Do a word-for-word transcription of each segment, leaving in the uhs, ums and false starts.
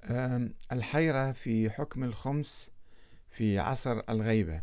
أم، الحيرة في حكم الخمس في عصر الغيبة.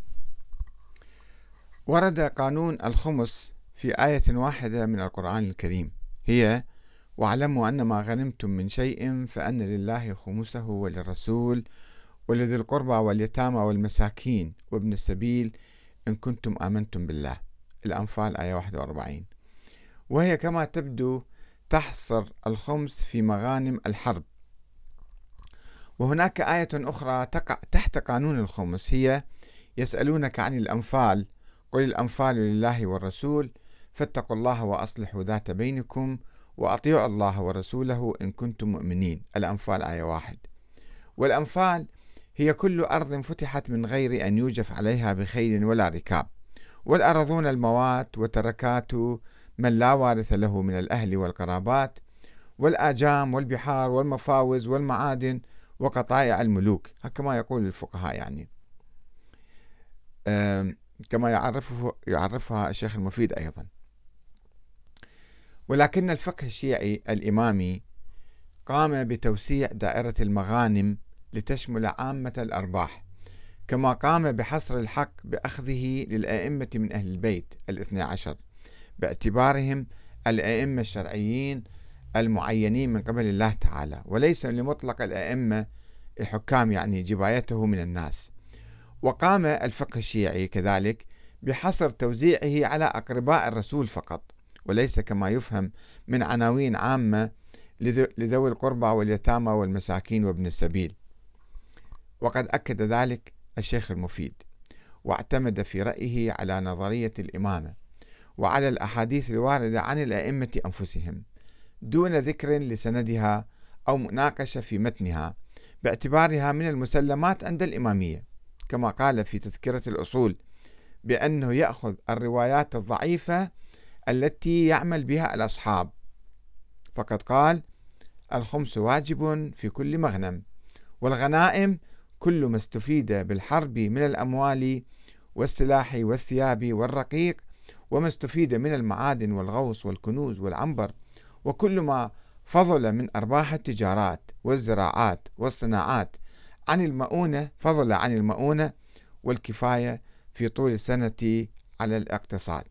ورد قانون الخمس في آية واحدة من القرآن الكريم، هي: واعلموا أن ما غنمتم من شيء فأن لله خمسه وللرسول ولذي القربى واليتامى والمساكين وابن السبيل إن كنتم آمنتم بالله. الأنفال آية واحد وأربعين. وهي كما تبدو تحصر الخمس في مغانم الحرب. وهناك آية أخرى تقع تحت قانون الخمس، هي: يسألونك عن الأنفال قل الأنفال لله والرسول فاتقوا الله وأصلحوا ذات بينكم وأطيعوا الله ورسوله إن كنتم مؤمنين. الأنفال آية واحد. والأنفال هي كل أرض فتحت من غير أن يوجف عليها بخيل ولا ركاب، والأرضون الموات وتركات من لا وارث له من الأهل والقرابات، والآجام والبحار والمفاوز والمعادن وقطائع الملوك، كما يقول الفقهاء، يعني كما يعرفه يعرفها الشيخ المفيد أيضا. ولكن الفقه الشيعي الإمامي قام بتوسيع دائرة المغانم لتشمل عامة الأرباح، كما قام بحصر الحق بأخذه للأئمة من أهل البيت الاثني عشر باعتبارهم الأئمة الشرعيين المعينين من قبل الله تعالى، وليس لمطلق الأئمة الحكام، يعني جبايته من الناس. وقام الفقه الشيعي كذلك بحصر توزيعه على أقرباء الرسول فقط، وليس كما يفهم من عناوين عامة لذوي القربى واليتامى والمساكين وابن السبيل. وقد أكد ذلك الشيخ المفيد، واعتمد في رأيه على نظرية الإمامة وعلى الأحاديث الواردة عن الأئمة أنفسهم دون ذكر لسندها أو مناقشة في متنها، باعتبارها من المسلمات عند الإمامية، كما قال في تذكرة الأصول بأنه يأخذ الروايات الضعيفة التي يعمل بها الأصحاب، فقد قال: الخمس واجب في كل مغنم، والغنائم كل ما استفيد بالحرب من الأموال والسلاح والثياب والرقيق، وما استفيد من المعادن والغوص والكنوز والعنبر، وكل ما فضل من أرباح التجارات والزراعات والصناعات عن المؤونة فضل عن المؤونة والكفاية في طول السنة على الاقتصاد.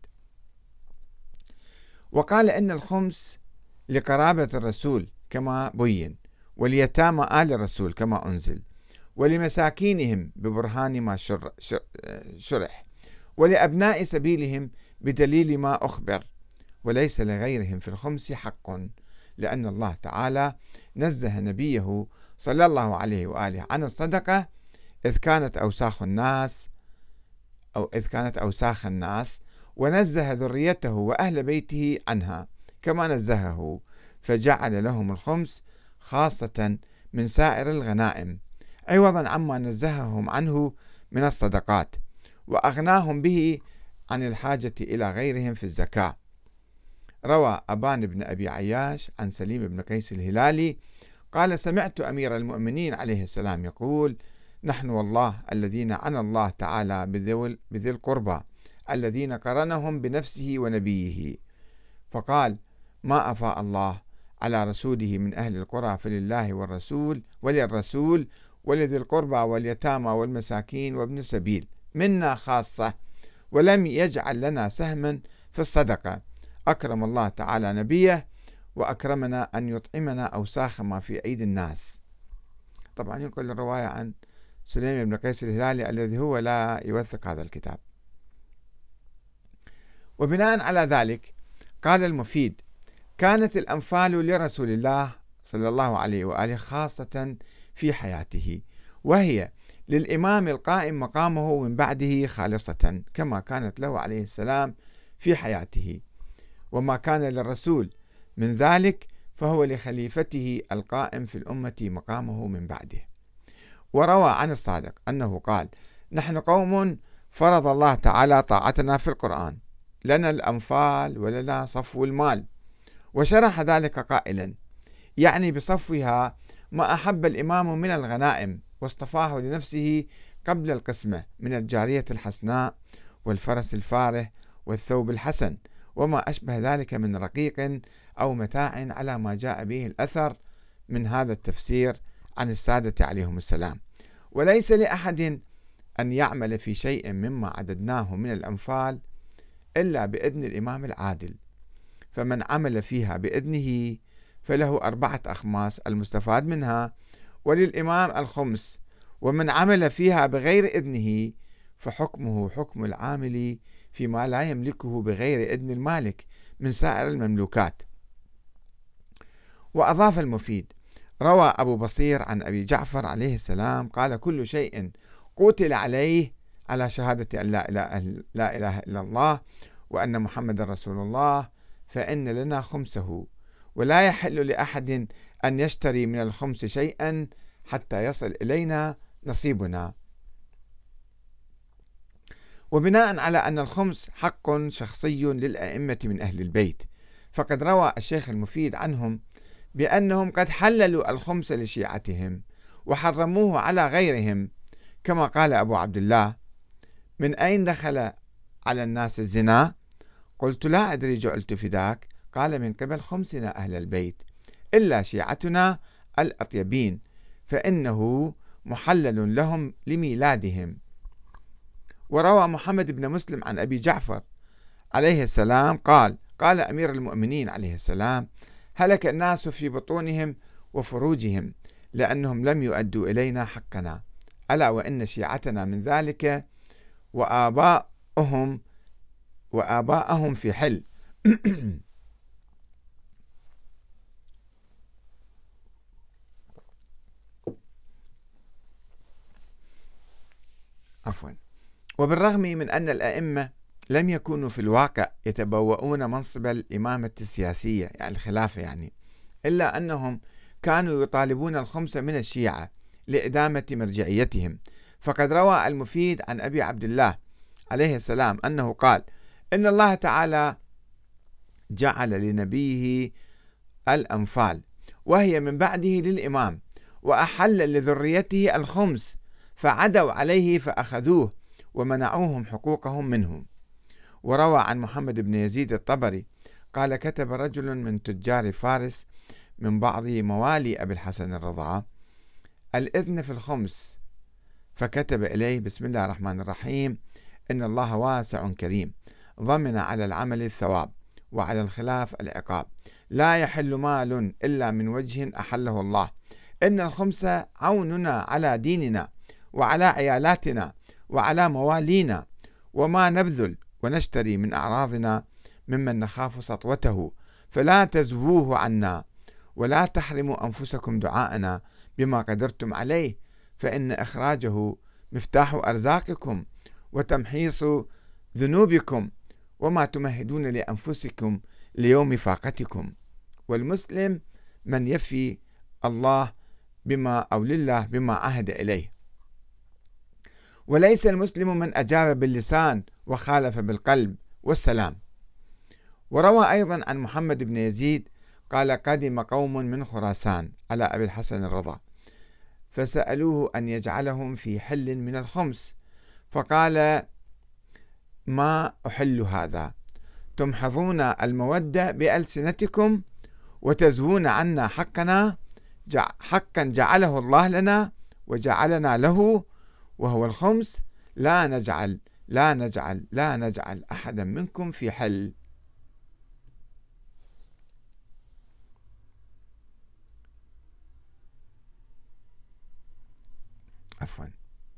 وقال إن الخمس لقرابة الرسول كما بين، واليتامى آل الرسول كما أنزل، ولمساكينهم ببرهان ما شرح، ولأبناء سبيلهم بدليل ما أخبر، وليس لغيرهم في الخمس حق، لأن الله تعالى نزه نبيه صلى الله عليه وآله عن الصدقة إذ كانت أوساخ الناس أو إذ كانت أوساخ الناس، ونزه ذريته وأهل بيته عنها كما نزهه، فجعل لهم الخمس خاصة من سائر الغنائم عوضا عما نزههم عنه من الصدقات، وأغناهم به عن الحاجة إلى غيرهم في الزكاة. روى أبان بن أبي عياش عن سليم بن قيس الهلالي قال: سمعت أمير المؤمنين عليه السلام يقول: نحن والله الذين عنى الله تعالى بذي القربى الذين قرنهم بنفسه ونبيه، فقال: ما أفاء الله على رسوله من أهل القرى فلله والرسول وللرسول ولذي القربى واليتامى والمساكين وابن السبيل منا خاصة، ولم يجعل لنا سهما في الصدقة. أكرم الله تعالى نبيه وأكرمنا أن يطعمنا أوساخ ما في أيدي الناس. طبعا ينقل الرواية عن سليم بن قيس الهلالي الذي هو لا يوثق هذا الكتاب. وبناء على ذلك قال المفيد: كانت الأنفال لرسول الله صلى الله عليه وآله خاصة في حياته، وهي للإمام القائم مقامه من بعده خالصة كما كانت له عليه السلام في حياته، وما كان للرسول من ذلك فهو لخليفته القائم في الأمة مقامه من بعده. وروى عن الصادق أنه قال: نحن قوم فرض الله تعالى طاعتنا في القرآن، لنا الأنفال ولنا صفو المال، وشرح ذلك قائلا: يعني بصفوها ما أحب الإمام من الغنائم واصطفاه لنفسه قبل القسمة من الجارية الحسناء والفرس الفاره والثوب الحسن وما أشبه ذلك من رقيق أو متاع، على ما جاء به الأثر من هذا التفسير عن السادة عليهم السلام. وليس لأحد أن يعمل في شيء مما عددناه من الأنفال إلا بإذن الإمام العادل، فمن عمل فيها بإذنه فله أربعة أخماس المستفاد منها، وللإمام الخمس، ومن عمل فيها بغير إذنه فحكمه حكم العامل فيما لا يملكه بغير إذن المالك من سائر المملوكات. وأضاف المفيد: روى أبو بصير عن أبي جعفر عليه السلام قال: كل شيء قتل عليه على شهادة أن لا إله, لا إله إلا الله وأن محمد رسول الله فإن لنا خمسه، ولا يحل لأحد أن يشتري من الخمس شيئا حتى يصل إلينا نصيبنا. وبناء على أن الخمس حق شخصي للأئمة من أهل البيت، فقد روى الشيخ المفيد عنهم بأنهم قد حللوا الخمس لشيعتهم وحرموه على غيرهم، كما قال أبو عبد الله: من أين دخل على الناس الزنا؟ قلت: لا أدري، جعلت فداك. قال: من قبل خمسنا أهل البيت إلا شيعتنا الأطيبين فإنه محلل لهم لميلادهم. وروى محمد بن مسلم عن أبي جعفر عليه السلام قال: قال أمير المؤمنين عليه السلام: هلك الناس في بطونهم وفروجهم لأنهم لم يؤدوا إلينا حقنا، ألا وإن شيعتنا من ذلك وآباءهم وآباءهم في حل. عفوا. وبالرغم من أن الأئمة لم يكونوا في الواقع يتبوؤون منصب الإمامة السياسية يعني الخلافة يعني، إلا أنهم كانوا يطالبون الخمس من الشيعة لإدامة مرجعيتهم. فقد روى المفيد عن أبي عبد الله عليه السلام أنه قال: إن الله تعالى جعل لنبيه الأنفال وهي من بعده للإمام، وأحل لذريته الخمس فعدوا عليه فأخذوه ومنعوهم حقوقهم منهم. وروى عن محمد بن يزيد الطبري قال: كتب رجل من تجار فارس من بعض موالي أبي الحسن الرضا الإذن في الخمس، فكتب إليه: بسم الله الرحمن الرحيم، إن الله واسع كريم، ضمن على العمل الثواب وعلى الخلاف العقاب، لا يحل مال إلا من وجه أحله الله، إن الخمس عوننا على ديننا وعلى عيالاتنا وعلى موالينا، وما نبذل ونشتري من أعراضنا ممن نخاف سطوته، فلا تزووه عنا ولا تحرموا أنفسكم دعاءنا بما قدرتم عليه، فإن إخراجه مفتاح أرزاقكم وتمحيص ذنوبكم وما تمهدون لأنفسكم ليوم فاقتكم. والمسلم من يفي الله بما أو لله بما عهد إليه، وليس المسلم من أجاب باللسان وخالف بالقلب والسلام. وروى أيضا عن محمد بن يزيد قال: قدم قوم من خراسان على أبي الحسن الرضا فسألوه أن يجعلهم في حل من الخمس، فقال: ما أحل هذا، تمحضون المودة بألسنتكم وتزوون عنا حقنا، حقا جعله الله لنا وجعلنا له وهو الخمس، لا نجعل لا نجعل لا نجعل أحدا منكم في حل. عفوا.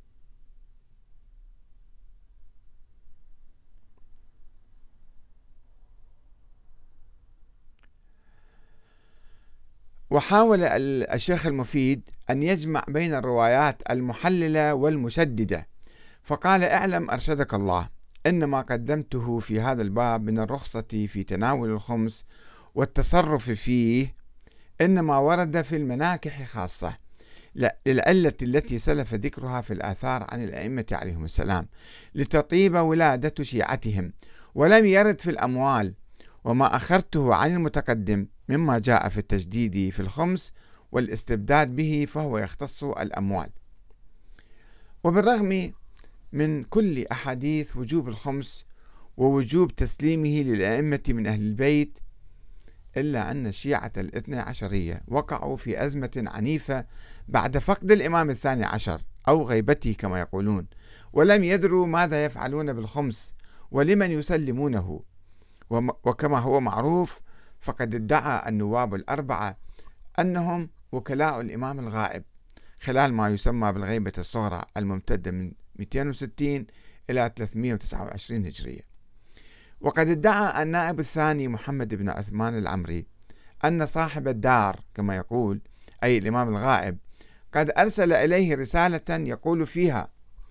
وحاول الشيخ المفيد أن يجمع بين الروايات المحللة والمشددة، فقال: اعلم أرشدك الله إن ما قدمته في هذا الباب من الرخصة في تناول الخمس والتصرف فيه إنما ورد في المناكح خاصة للعلة التي سلف ذكرها في الآثار عن الأئمة عليهم السلام لتطيب ولادة شيعتهم، ولم يرد في الأموال، وما أخرته عن المتقدم مما جاء في التجديد في الخمس والاستبداد به فهو يختص الأموال. وبالرغم من كل أحاديث وجوب الخمس ووجوب تسليمه للأئمة من أهل البيت، إلا أن الشيعة الاثني عشرية وقعوا في أزمة عنيفة بعد فقد الإمام الثاني عشر أو غيبته كما يقولون، ولم يدروا ماذا يفعلون بالخمس ولمن يسلمونه. وكما هو معروف فقد ادعى النواب الأربعة أنهم وكلاء الإمام الغائب خلال ما يسمى بالغيبة الصغرى الممتدة من مئتين وستين إلى ثلاثمئة وتسعة وعشرين هجرية. وقد ادعى النائب الثاني محمد بن عثمان العمري أن صاحب الدار كما يقول أي الإمام الغائب قد أرسل إليه رسالة يقول فيها: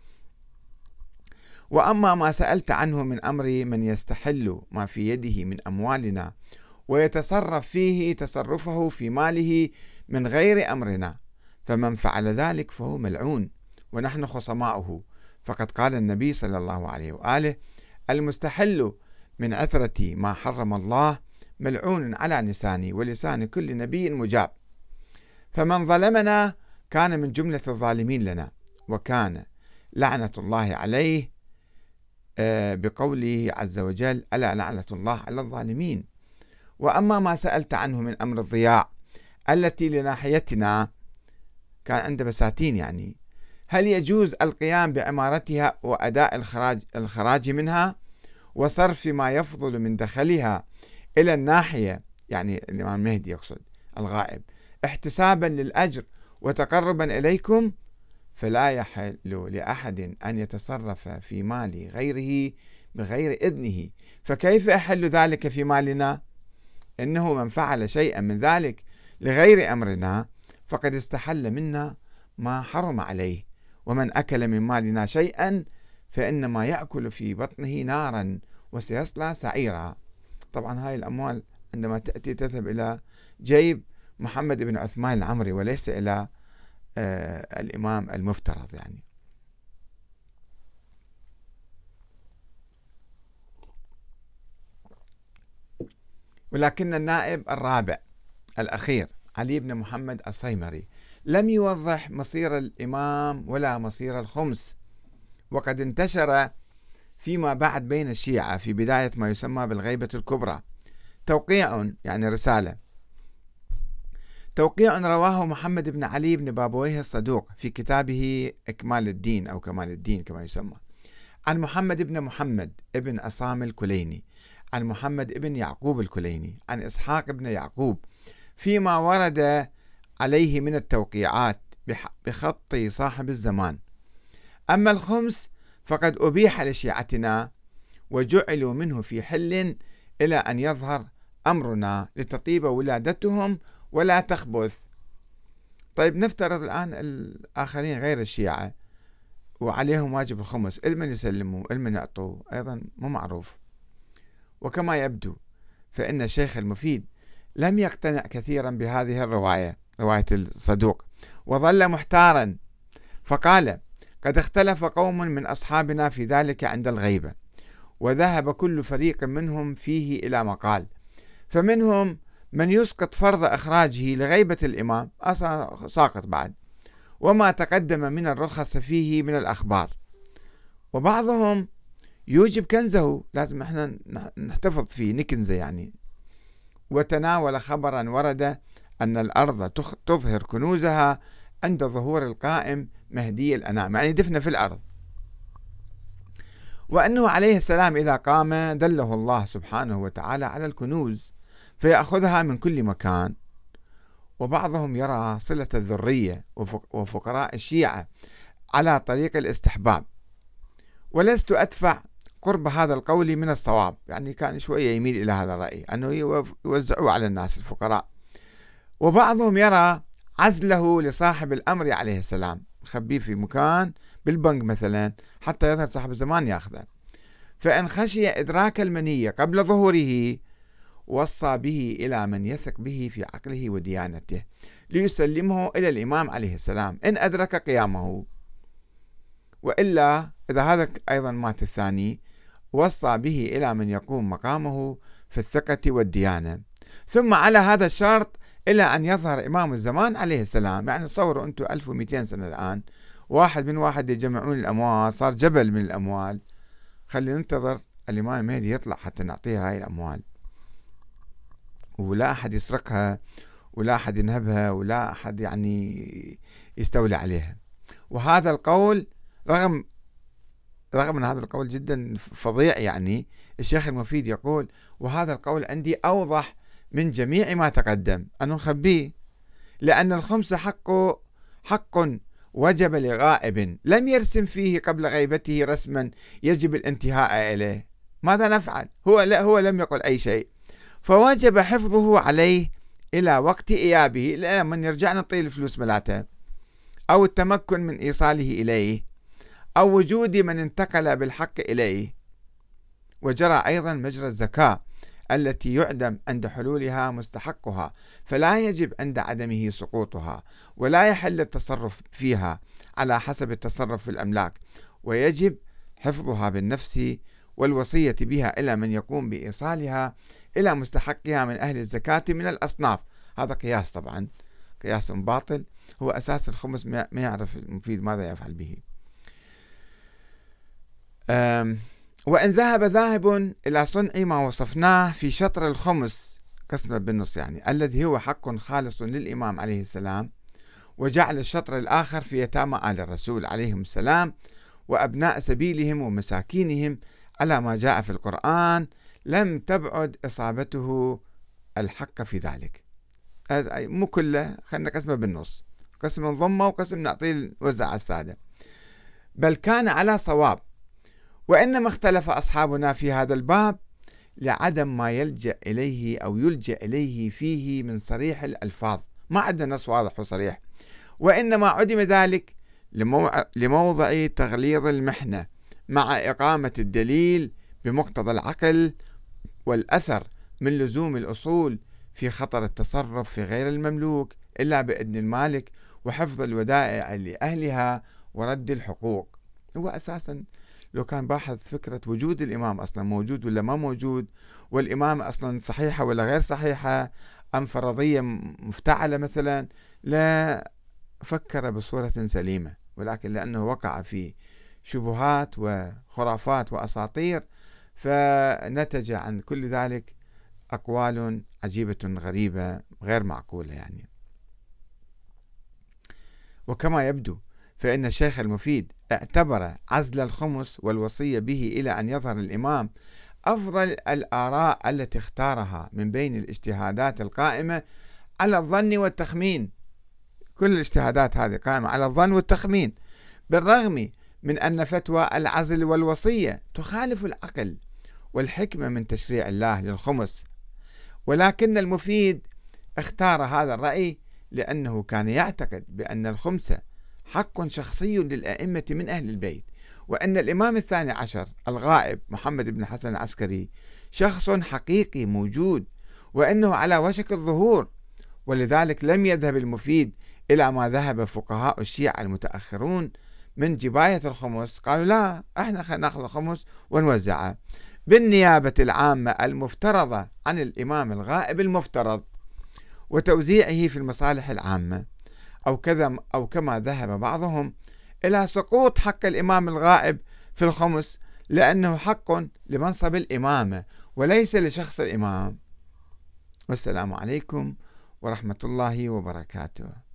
وأما ما سألت عنه من أمر من يستحل ما في يده من أموالنا ويتصرف فيه تصرفه في ماله من غير أمرنا، فمن فعل ذلك فهو ملعون ونحن خصماؤه، فقد قال النبي صلى الله عليه وآله: المستحل من عثرة ما حرم الله ملعون على لساني ولسان كل نبي مجاب، فمن ظلمنا كان من جملة الظالمين لنا، وكان لعنة الله عليه بقوله عز وجل: ألا لعنة الله على الظالمين. وأما ما سألت عنه من أمر الضياع التي لناحيتنا، كان عنده بساتين يعني، هل يجوز القيام بعمارتها وأداء الخراج, الخراج منها وصرف ما يفضل من دخلها إلى الناحية، يعني الإمام المهدي يقصد الغائب، احتسابا للأجر وتقربا إليكم، فلا يحل لأحد أن يتصرف في مال غيره بغير إذنه، فكيف يحل ذلك في مالنا؟ إنه من فعل شيئا من ذلك لغير أمرنا فقد استحل منا ما حرم عليه، ومن أكل من مالنا شيئا فإنما يأكل في بطنه نارا وسيصلى سعيرا. طبعا هاي الأموال عندما تأتي تذهب إلى جيب محمد بن عثمان العمري وليس إلى آه الإمام المفترض يعني. ولكن النائب الرابع الأخير علي بن محمد الصيمري لم يوضح مصير الإمام ولا مصير الخمس، وقد انتشر فيما بعد بين الشيعة في بداية ما يسمى بالغيبة الكبرى توقيع، يعني رسالة، توقيع رواه محمد بن علي بن بابويه الصدوق في كتابه إكمال الدين أو كمال الدين كما يسمى، عن محمد بن محمد ابن عصام الكليني، عن محمد بن يعقوب الكليني، عن إسحاق بن يعقوب، فيما ورد عليه من التوقيعات بخط صاحب الزمان. أما الخمس فقد أبيح لشيعتنا وجعلوا منه في حل إلى أن يظهر أمرنا لتطيب ولادتهم ولا تخبث. طيب نفترض الآن الآخرين غير الشيعة وعليهم واجب الخمس، المن يسلموا المن يعطوا أيضا مو معروف. وكما يبدو فإن الشيخ المفيد لم يقتنع كثيرا بهذه الرواية، رواية الصدوق، وظل محتارا فقال: قد اختلف قوم من أصحابنا في ذلك عند الغيبة، وذهب كل فريق منهم فيه إلى مقال، فمنهم من يسقط فرض إخراجه لغيبة الإمام ساقط بعد وما تقدم من الرخص فيه من الأخبار، وبعضهم يوجب كنزه، لازم احنا نحتفظ فيه نكنزه يعني، وتناول خبرا ورد أن الأرض تظهر كنوزها عند ظهور القائم مهدي الأنام، يعني دفن في الأرض، وأنه عليه السلام إذا قام دله الله سبحانه وتعالى على الكنوز فيأخذها من كل مكان. وبعضهم يرى صلة الذرية وفقراء الشيعة على طريق الاستحباب، ولست أدفع قرب هذا القول من الصواب، يعني كان شوية يميل إلى هذا الرأي أنه يوزعوا على الناس الفقراء. وبعضهم يرى عزله لصاحب الأمر عليه السلام، خبيه في مكان بالبنك مثلا حتى يظهر صاحب الزمان يأخذه، فإن خشي إدراك المنية قبل ظهوره وصى به إلى من يثق به في عقله وديانته ليسلمه إلى الإمام عليه السلام إن أدرك قيامه، وإلا إذا هذا أيضا مات الثاني وصى به إلى من يقوم مقامه في الثقة والديانة، ثم على هذا الشرط إلى أن يظهر إمام الزمان عليه السلام. يعني تصوروا أنتم ألف ومئتين سنة الآن واحد من واحد يجمعون الأموال، صار جبل من الأموال، خلي ننتظر الإمام المهدي يطلع حتى نعطيه هاي الأموال. ولا أحد يسرقها ولا أحد ينهبها ولا أحد يعني يستولي عليها. وهذا القول رغم رغم أن هذا القول جدا فظيع، يعني الشيخ المفيد يقول: وهذا القول عندي أوضح من جميع ما تقدم، أنه نخبيه، لأن الخمس حق حق وجب لغائب لم يرسم فيه قبل غيبته رسما يجب الانتهاء إليه. ماذا نفعل؟ هو لا هو لم يقل أي شيء، فوجب حفظه عليه إلى وقت إيابه، إلى من يرجع نعطيه الفلوس ملاته، أو التمكن من إيصاله إليه، أو وجود من انتقل بالحق إليه. وجرى أيضا مجرى الزكاة التي يعدم عند حلولها مستحقها، فلا يجب عند عدمه سقوطها، ولا يحل التصرف فيها على حسب التصرف في الأملاك، ويجب حفظها بالنفس والوصية بها إلى من يقوم بإيصالها إلى مستحقها من أهل الزكاة من الأصناف. هذا قياس، طبعا قياس باطل، هو أساس الخمس ما يعرف المفيد ماذا يفعل به. وإن ذهب ذاهب إلى صنع ما وصفناه في شطر الخمس قسمة بالنص، يعني الذي هو حق خالص للإمام عليه السلام، وجعل الشطر الآخر في يتامى آل الرسول عليهم السلام وأبناء سبيلهم ومساكينهم على ما جاء في القرآن، لم تبعد إصابته الحق في ذلك. مو كله، خلنا قسمه بالنص، قسم نضمه وقسم نعطيه وزع السادة، بل كان على صواب. وإنما اختلف أصحابنا في هذا الباب لعدم ما يلجأ إليه أو يلجأ إليه فيه من صريح الألفاظ، ما عندنا نص واضح وصريح، وإنما عدم ذلك لموضع تغليظ المحنة مع إقامة الدليل بمقتضى العقل والأثر من لزوم الأصول في خطر التصرف في غير المملوك إلا بإذن المالك، وحفظ الودائع لأهلها ورد الحقوق. هو أساسا لو كان باحث فكرة وجود الإمام أصلا موجود ولا ما موجود، والإمام أصلا صحيحة ولا غير صحيحة، أم فرضية مفتعلة مثلا، لا فكر بصورة سليمة، ولكن لأنه وقع في شبهات وخرافات وأساطير، فنتج عن كل ذلك أقوال عجيبة غريبة غير معقولة يعني. وكما يبدو فإن الشيخ المفيد اعتبر عزل الخمس والوصية به إلى أن يظهر الإمام أفضل الآراء التي اختارها من بين الاجتهادات القائمة على الظن والتخمين. كل الاجتهادات هذه قائمة على الظن والتخمين، بالرغم من أن فتوى العزل والوصية تخالف العقل والحكمة من تشريع الله للخمس، ولكن المفيد اختار هذا الرأي لأنه كان يعتقد بأن الخمس حق شخصي للأئمة من أهل البيت، وأن الإمام الثاني عشر الغائب محمد بن حسن العسكري شخص حقيقي موجود، وأنه على وشك الظهور، ولذلك لم يذهب المفيد إلى ما ذهب فقهاء الشيعة المتأخرون من جباية الخمس، قالوا لا، احنا خلينا ناخذ الخمس ونوزعه بالنيابة العامة المفترضة عن الإمام الغائب المفترض، وتوزيعه في المصالح العامة، أو كذا أو كما ذهب بعضهم إلى سقوط حق الإمام الغائب في الخمس، لأنه حق لمنصب الإمامة وليس لشخص الإمام. والسلام عليكم ورحمة الله وبركاته.